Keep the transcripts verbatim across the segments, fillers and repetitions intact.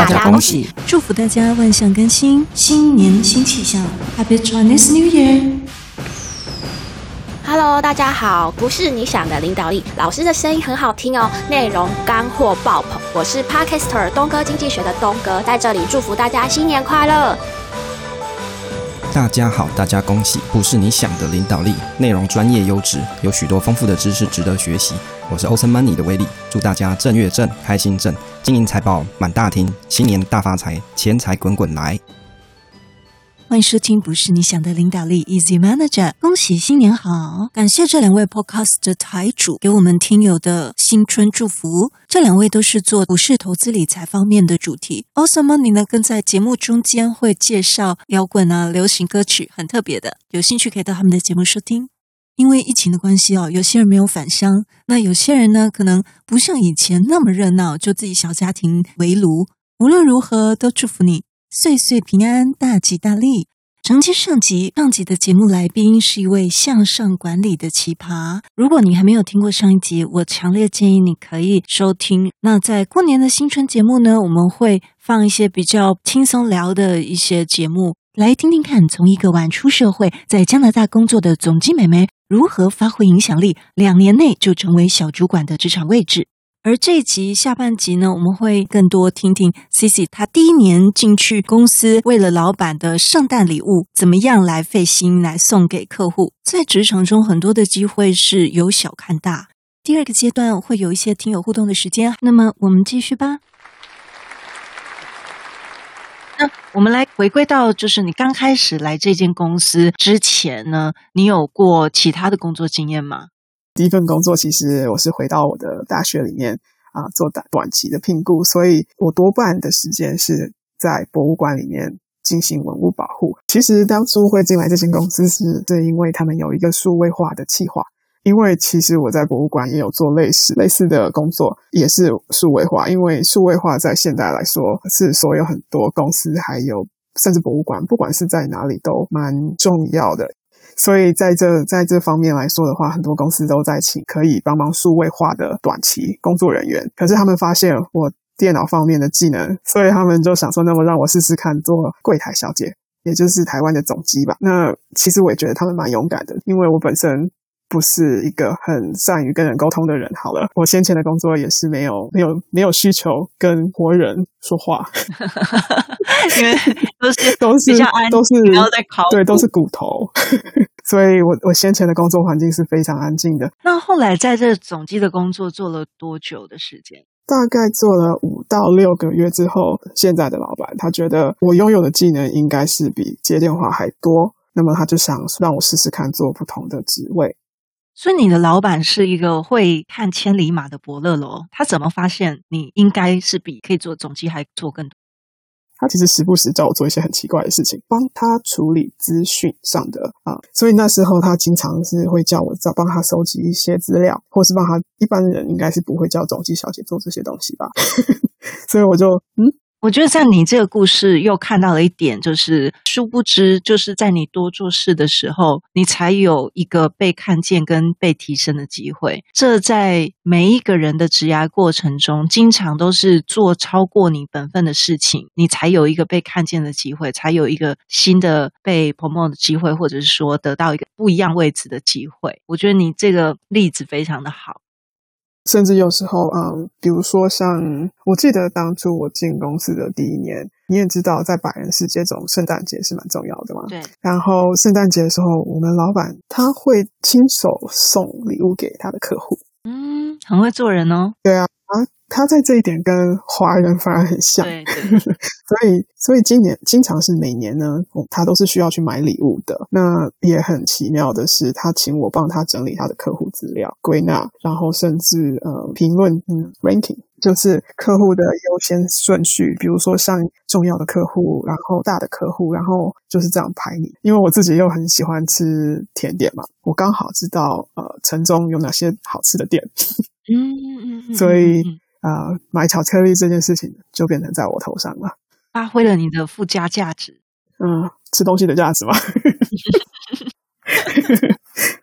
大家恭喜， 祝福大家万象更新，新年新气象 ，Happy Chinese New Year！Hello， 大家好，不是你想的领导力，老师的声音很好听哦，内容干货爆棚。我是 Podcaster 东哥经济学的东哥，在这里祝福大家新年快乐。 大家好，大家恭喜，不是你想的领导力，内容专业优质，有许多丰富的知识值得学习。我是 Awesome Money 的威力，祝大家正月正，开心正，金银财宝满大厅，新年大发财，钱财滚滚来。 欢迎收听不是你想的领导力 Easy Manager， 恭喜新年好！感谢这两位 Podcast 的台主给我们听友的新春祝福，这两位都是做股市投资理财方面的主题。Awesome Money 呢，更在节目中间会介绍摇滚啊、流行歌曲，很特别的，有兴趣可以到他们的节目收听。因为疫情的关系哦，有些人没有返乡，那有些人呢，可能不像以前那么热闹，就自己小家庭围炉。无论如何，都祝福你岁岁平安，大吉大利。承接上集，上集的节目来宾是一位向上管理的奇葩。如果你还没有听过上一集，我强烈建议你可以收听。那在过年的新春节目呢，我们会放一些比较轻松聊的一些节目，来听听看从一个晚出社会在加拿大工作的总机妹妹如何发挥影响力，两年内就成为小主管的职场位置。而这一集下半集呢，我们会更多听听 Cici 她第一年进去公司，为了老板的圣诞礼物怎么样来费心来送给客户。在职场中很多的机会是由小看大。第二个阶段会有一些听友互动的时间，那么我们继续吧。那我们来回归到就是你刚开始来这间公司之前呢，你有过其他的工作经验吗？ 第一份工作其实我是回到我的大学里面啊，做短期的聘雇，所以我多半的时间是在博物馆里面进行文物保护。其实当初会进来这间公司是是因为他们有一个数位化的计划，因为其实我在博物馆也有做类似类似的工作，也是数位化，因为数位化在现在来说是所有很多公司还有甚至博物馆不管是在哪里都蛮重要的。所以在这在这方面来说的话，很多公司都在请可以帮忙数位化的短期工作人员，可是他们发现我电脑方面的技能，所以他们就想说那么让我试试看做柜台小姐，也就是台湾的总机吧。那其实我也觉得他们蛮勇敢的，因为我本身不是一个很善于跟人沟通的人。好了，我先前的工作也是没有没有没有需求跟活人说话因为都是都是比较安静， 都是然后在考对都是骨头所以我我先前的工作环境是非常安静的。 那后来在这总机的工作做了多久的时间？ 大概做了五到六个月之后，现在的老板他觉得我拥有的技能应该是比接电话还多，那么他就想让我试试看做不同的职位。 所以你的老板是一个会看千里马的伯乐咯，他怎么发现你应该是比可以做总机还做更多？ 他其实时不时叫我做一些很奇怪的事情，帮他处理资讯上的啊，所以那时候他经常是会叫我帮他收集一些资料，或是帮他，一般人应该是不会叫总机小姐做这些东西吧所以我就嗯我觉得在你这个故事又看到了一点，就是殊不知就是在你多做事的时候，你才有一个被看见跟被提升的机会。这在每一个人的职涯过程中，经常都是做超过你本分的事情，你才有一个被看见的机会，才有一个新的被 promote 的机会，或者是说得到一个不一样位置的机会。我觉得你这个例子非常的好。 甚至有时候嗯，比如说像我记得当初我进公司的第一年，你也知道在白人世界中圣诞节是蛮重要的嘛。 对。 然后圣诞节的时候，我们老板他会亲手送礼物给他的客户。 嗯，很会做人哦。 对啊，他在这一点跟华人反而很像。 对对所以所以今年经常是每年呢他都是需要去买礼物的。那也很奇妙的是，他请我帮他整理他的客户资料归纳，然后甚至呃评论嗯 ranking， 就是客户的优先顺序，比如说像重要的客户，然后大的客户，然后就是这样排名。因为我自己又很喜欢吃甜点嘛，我刚好知道呃城中有哪些好吃的店嗯嗯嗯， 所以呃，买巧克力这件事情就变成在我头上了， 发挥了你的附加价值。 嗯，吃东西的价值嘛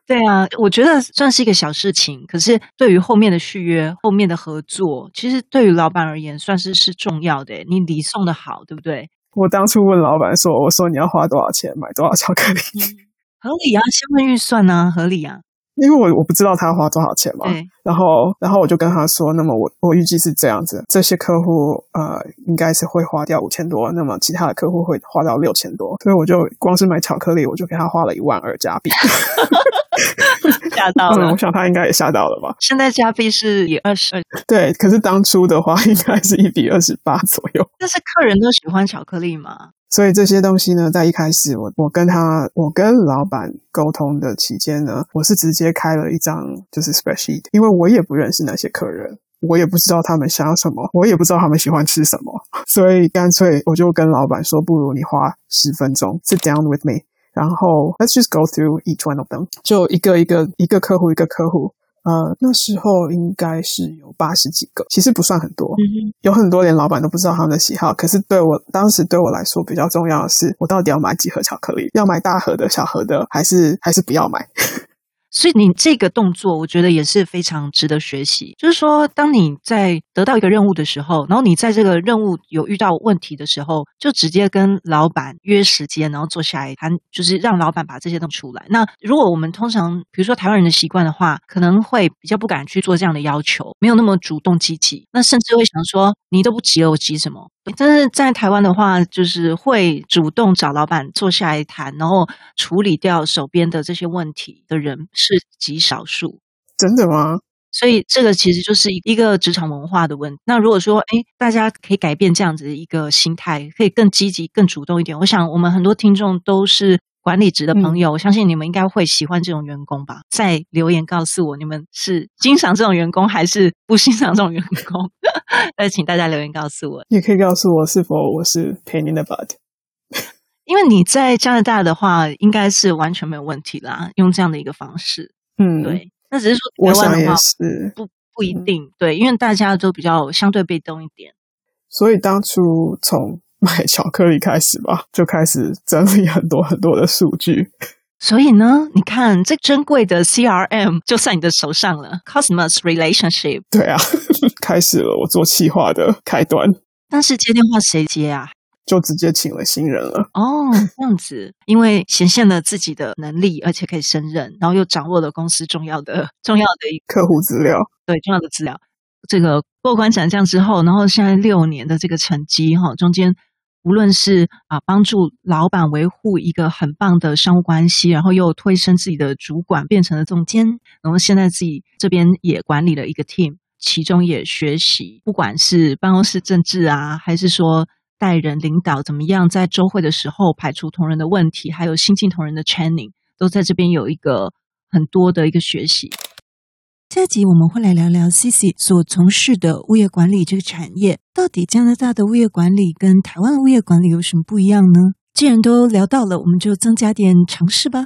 对啊，我觉得算是一个小事情，可是对于后面的续约、后面的合作，其实对于老板而言算是是重要的。你礼送的好，对不对？ 我当初问老板说，我说你要花多少钱买多少巧克力？ 嗯，合理啊，先问预算啊，合理啊。 因为我我不知道他要花多少钱嘛，然后然后我就跟他说，那么我我预计是这样子，这些客户呃应该是会花掉五千多，那么其他的客户会花到六千多，所以我就光是买巧克力我就给他花了一万二加币。 吓到了、 嗯，我想他应该也吓到了吧。 现在加币是以二十二， 对，可是当初的话应该是一比二十八左右。 但是客人都喜欢巧克力嘛， 所以这些东西呢，在一开始我我跟他我跟老板沟通的期间呢，我是直接开了一张就是 spreadsheet， 因为我也不认识那些客人，我也不知道他们想要什么，我也不知道他们喜欢吃什么，所以干脆我就跟老板说，不如你花十分钟 sit down with me， 然后 let's just go through each one of them， 就一个一个一个客户一个客户。呃，那时候应该是有八十几个，其实不算很多、嗯、有很多连老板都不知道他们的喜好，可是对我当时对我来说比较重要的是，我到底要买几盒巧克力，要买大盒的小盒的，还是还是不要买。 所以你这个动作我觉得也是非常值得学习，就是说当你在得到一个任务的时候，然后你在这个任务有遇到问题的时候，就直接跟老板约时间，然后坐下来谈，就是让老板把这些东西出来。那如果我们通常比如说台湾人的习惯的话，可能会比较不敢去做这样的要求，没有那么主动积极，那甚至会想说你都不急了我急什么。但是在台湾的话，就是会主动找老板坐下来谈，然后处理掉手边的这些问题的人是极少数。 真的吗？ 所以这个其实就是一个职场文化的问题。那如果说诶大家可以改变这样子的一个心态，可以更积极更主动一点，我想我们很多听众都是管理职的朋友、嗯、我相信你们应该会喜欢这种员工吧。再留言告诉我你们是欣赏这种员工还是不欣赏这种员工。那请大家留言告诉我， 也可以告诉我是否我是 pain in the butt。 因为你在加拿大的话应该是完全没有问题啦，用这样的一个方式。 嗯， 对，那只是说台湾的话我想也是不不一定、嗯、对，因为大家都比较相对被动一点。 所以当初从买巧克力开始吧，就开始整理很多很多的数据。 所以呢你看这珍贵的 C R M 就在你的手上了， Customers Relationship。 对啊，开始了我做企划的开端。 但是接电话谁接啊？ 就直接请了新人了。 哦，这样子，因为显现了自己的能力，而且可以胜任，然后又掌握了公司重要的重要的一个客户资料， 对，重要的资料。这个过关斩将之后，然后现在六年的这个成绩哈，中间无论是啊帮助老板维护一个很棒的商务关系，然后又推升自己的主管变成了总监，然后现在自己这边也管理了一个 team， 其中也学习不管是办公室政治啊，还是说带人领导怎么样在周会的时候排除同仁的问题，还有新进同仁的 training， 都在这边有一个很多的一个学习。 下集我们会来聊聊 C C 所从事的物业管理这个产业，到底加拿大的物业管理跟台湾的物业管理有什么不一样呢？既然都聊到了，我们就增加点尝试吧。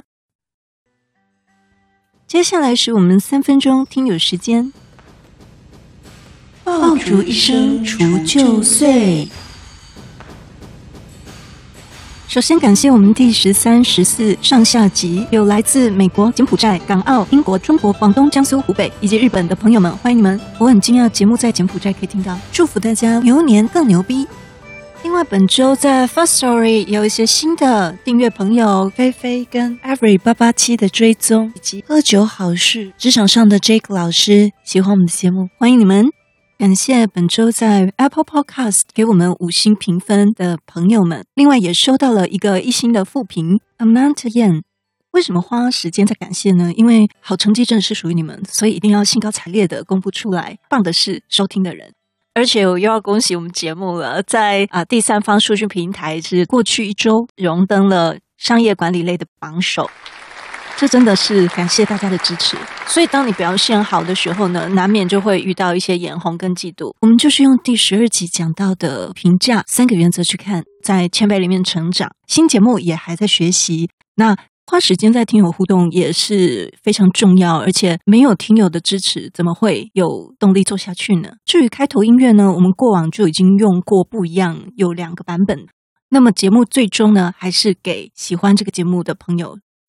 接下来是我们三分钟听友时间。爆竹一声除旧岁。首先感谢我们第十三、十四上下集有来自美国、柬埔寨、港澳、英国、中国、广东、江苏、湖北以及日本的朋友们，欢迎你们！我很惊讶节目在柬埔寨可以听到，祝福大家牛年更牛逼！另外本周在 Firstory 有一些新的订阅朋友，菲菲跟 Avery 八八七的追踪，以及喝酒好事职场上的 Jake 老师，喜欢我们的节目，欢迎你们！感谢本周在 Apple Podcast 给我们五星评分的朋友们，另外也收到了一个一星的负评 Amount Yen。 为什么花时间在感谢呢？因为好成绩真的是属于你们，所以一定要兴高采烈的公布出来，棒的是收听的人。而且我又要恭喜我们节目了，在、呃、第三方数据平台是过去一周荣登了商业管理类的榜首，这真的是感谢大家的支持。所以当你表现好的时候呢，难免就会遇到一些眼红跟嫉妒。我们就是用第十二集讲到的评价三个原则去看，在谦卑里面成长。新节目也还在学习，那花时间在听友互动也是非常重要，而且没有听友的支持怎么会有动力做下去呢？至于开头音乐呢，我们过往就已经用过不一样，有两个版本。那么节目最终呢，还是给喜欢这个节目的朋友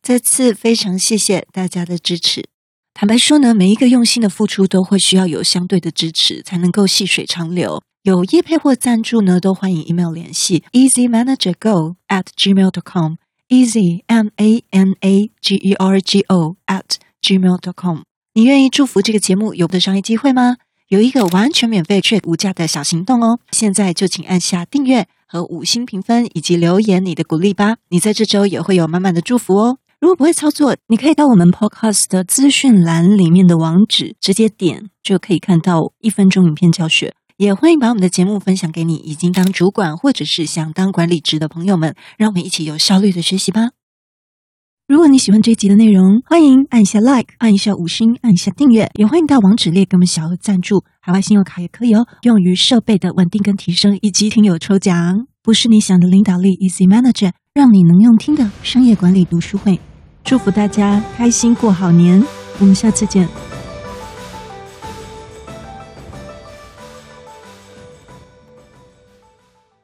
再次非常谢谢大家的支持。坦白说呢，每一个用心的付出都会需要有相对的支持，才能够细水长流。有业配或赞助呢，都欢迎 email 联系 easy manager go at gmail dot com easy m a n a g e r g o at gmail dot com。 你愿意祝福这个节目有的商业机会吗？有一个完全免费却无价的小行动哦，现在就请按下订阅和五星评分以及留言你的鼓励吧，你在这周也会有满满的祝福哦。如果不会操作，你可以到我们 Podcast 的资讯栏里面的网址直接点就可以看到一分钟影片教学。也欢迎把我们的节目分享给你已经当主管或者是想当管理职的朋友们，让我们一起有效率的学习吧。如果你喜欢这一集的内容，欢迎按一下 like， 按一下五星，按一下订阅，也欢迎到网址列给我们小额赞助，海外信用卡也可以哦，用于设备的稳定跟提升以及听友抽奖。不是你想的领导力 Easy Manager， 让你能用听的商业管理读书会。祝福大家开心过好年，我们下次见。